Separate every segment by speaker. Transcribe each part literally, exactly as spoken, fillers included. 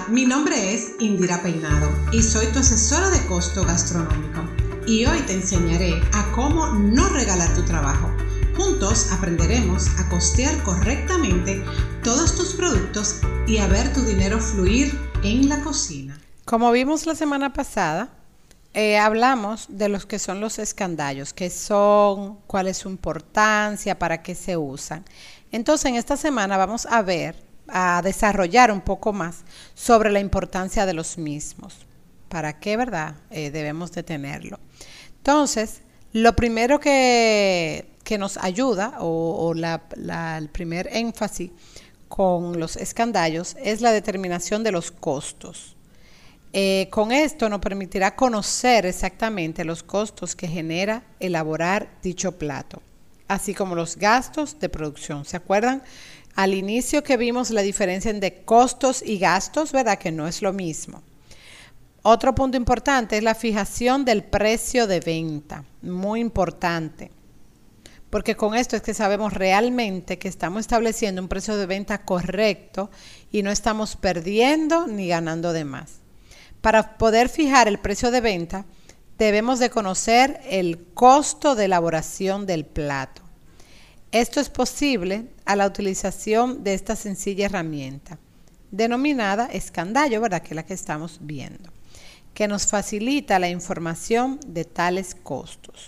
Speaker 1: Hola, mi nombre es Indira Peinado y soy tu asesora de costo gastronómico. Y hoy te enseñaré a cómo no regalar tu trabajo. Juntos aprenderemos a costear correctamente todos tus productos y a ver tu dinero fluir en la cocina.
Speaker 2: Como vimos la semana pasada, eh, hablamos de los que son los escandallos, qué son, cuál es su importancia, para qué se usan. Entonces, en esta semana vamos a ver, a desarrollar un poco más sobre la importancia de los mismos. ¿Para qué, verdad? Eh, debemos de tenerlo. Entonces, lo primero que, que nos ayuda, o, o la, la, el primer énfasis con los escandallos, es la determinación de los costos. Eh, con esto nos permitirá conocer exactamente los costos que genera elaborar dicho plato, así como los gastos de producción. ¿Se acuerdan? Al inicio que vimos la diferencia entre costos y gastos, ¿verdad? Que no es lo mismo. Otro punto importante es la fijación del precio de venta, muy importante, porque con esto es que sabemos realmente que estamos estableciendo un precio de venta correcto y no estamos perdiendo ni ganando de más. Para poder fijar el precio de venta, debemos de conocer el costo de elaboración del plato. Esto es posible a la utilización de esta sencilla herramienta, denominada escandallo, ¿verdad? Que es la que estamos viendo, que nos facilita la información de tales costos.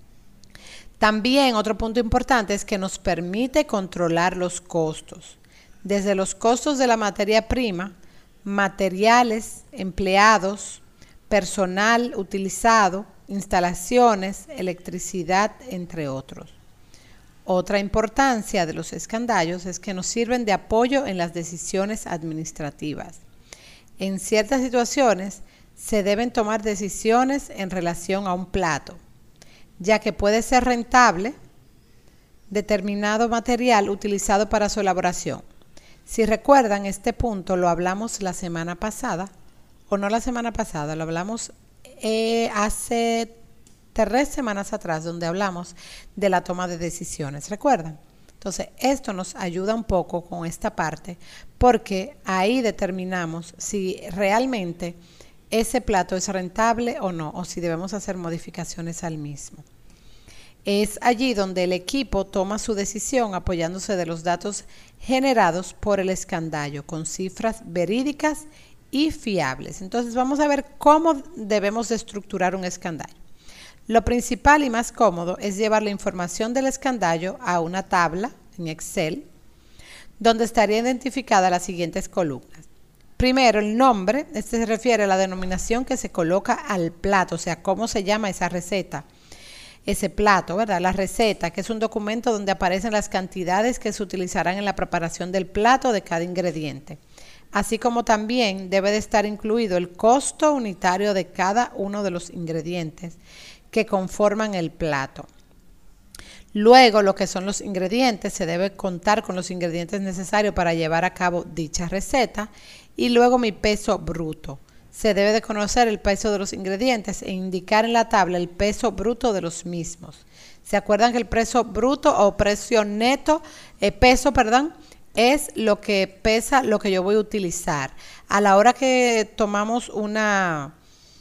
Speaker 2: También otro punto importante es que nos permite controlar los costos, desde los costos de la materia prima, materiales, empleados, personal utilizado, instalaciones, electricidad, entre otros. Otra importancia de los escandallos es que nos sirven de apoyo en las decisiones administrativas. En ciertas situaciones se deben tomar decisiones en relación a un plato, ya que puede ser rentable determinado material utilizado para su elaboración. Si recuerdan, este punto lo hablamos la semana pasada, o no la semana pasada, lo hablamos eh, hace tres semanas atrás, donde hablamos de la toma de decisiones, ¿recuerdan? Entonces, esto nos ayuda un poco con esta parte, porque ahí determinamos si realmente ese plato es rentable o no, o si debemos hacer modificaciones al mismo. Es allí donde el equipo toma su decisión apoyándose de los datos generados por el escandallo con cifras verídicas y fiables. Entonces vamos a ver cómo debemos de estructurar un escandallo. Lo principal y más cómodo es llevar la información del escandallo a una tabla en Excel, donde estaría identificada las siguientes columnas. Primero, el nombre. Este se refiere a la denominación que se coloca al plato, o sea, cómo se llama esa receta. Ese plato, ¿verdad? La receta, que es un documento donde aparecen las cantidades que se utilizarán en la preparación del plato de cada ingrediente. Así como también debe de estar incluido el costo unitario de cada uno de los ingredientes que conforman el plato. Luego, lo que son los ingredientes, se debe contar con los ingredientes necesarios para llevar a cabo dicha receta. Y luego mi peso bruto. Se debe de conocer el peso de los ingredientes e indicar en la tabla el peso bruto de los mismos. ¿Se acuerdan que el peso bruto o precio neto, eh, peso, perdón, es lo que pesa lo que yo voy a utilizar? A la hora que tomamos una,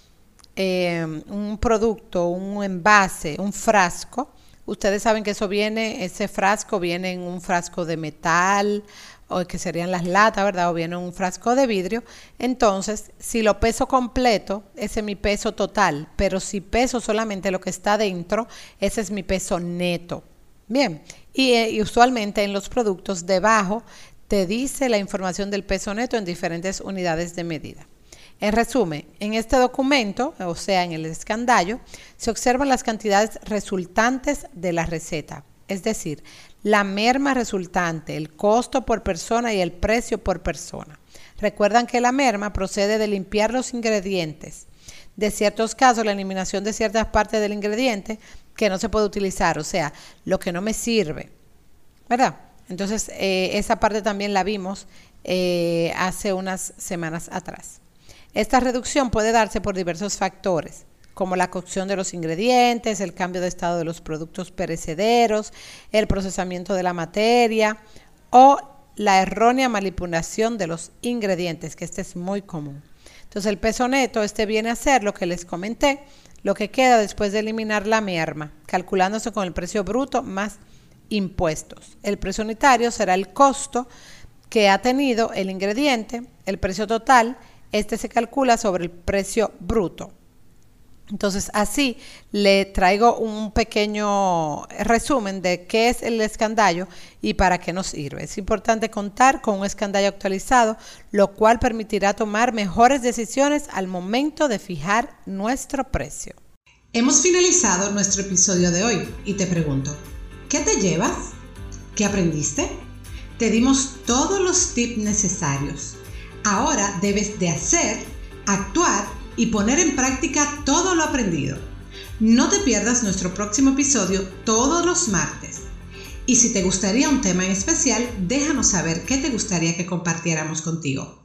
Speaker 2: eh, un producto, un envase, un frasco, ustedes saben que eso viene, ese frasco viene en un frasco de metal, o que serían las latas, ¿verdad? O viene un frasco de vidrio. Entonces, si lo peso completo, ese es mi peso total, pero si peso solamente lo que está dentro, ese es mi peso neto. Bien, y, y usualmente en los productos debajo te dice la información del peso neto en diferentes unidades de medida. En resumen, en este documento, o sea, en el escandallo, se observan las cantidades resultantes de la receta, es decir, la merma resultante, el costo por persona y el precio por persona. Recuerdan que la merma procede de limpiar los ingredientes. De ciertos casos, la eliminación de ciertas partes del ingrediente que no se puede utilizar, o sea, lo que no me sirve, ¿verdad? Entonces, eh, esa parte también la vimos eh, hace unas semanas atrás. Esta reducción puede darse por diversos factores, como la cocción de los ingredientes, el cambio de estado de los productos perecederos, el procesamiento de la materia o la errónea manipulación de los ingredientes, que este es muy común. Entonces el peso neto, este viene a ser lo que les comenté, lo que queda después de eliminar la merma, calculándose con el precio bruto más impuestos. El precio unitario será el costo que ha tenido el ingrediente, el precio total, este se calcula sobre el precio bruto. Entonces así le traigo un pequeño resumen de qué es el escandallo y para qué nos sirve. Es importante contar con un escandallo actualizado, lo cual permitirá tomar mejores decisiones al momento de fijar nuestro precio.
Speaker 1: Hemos finalizado nuestro episodio de hoy y te pregunto, ¿qué te llevas? ¿Qué aprendiste? Te dimos todos los tips necesarios. Ahora debes de hacer, actuar y poner en práctica todo lo aprendido. No te pierdas nuestro próximo episodio todos los martes. Y si te gustaría un tema en especial, déjanos saber qué te gustaría que compartiéramos contigo.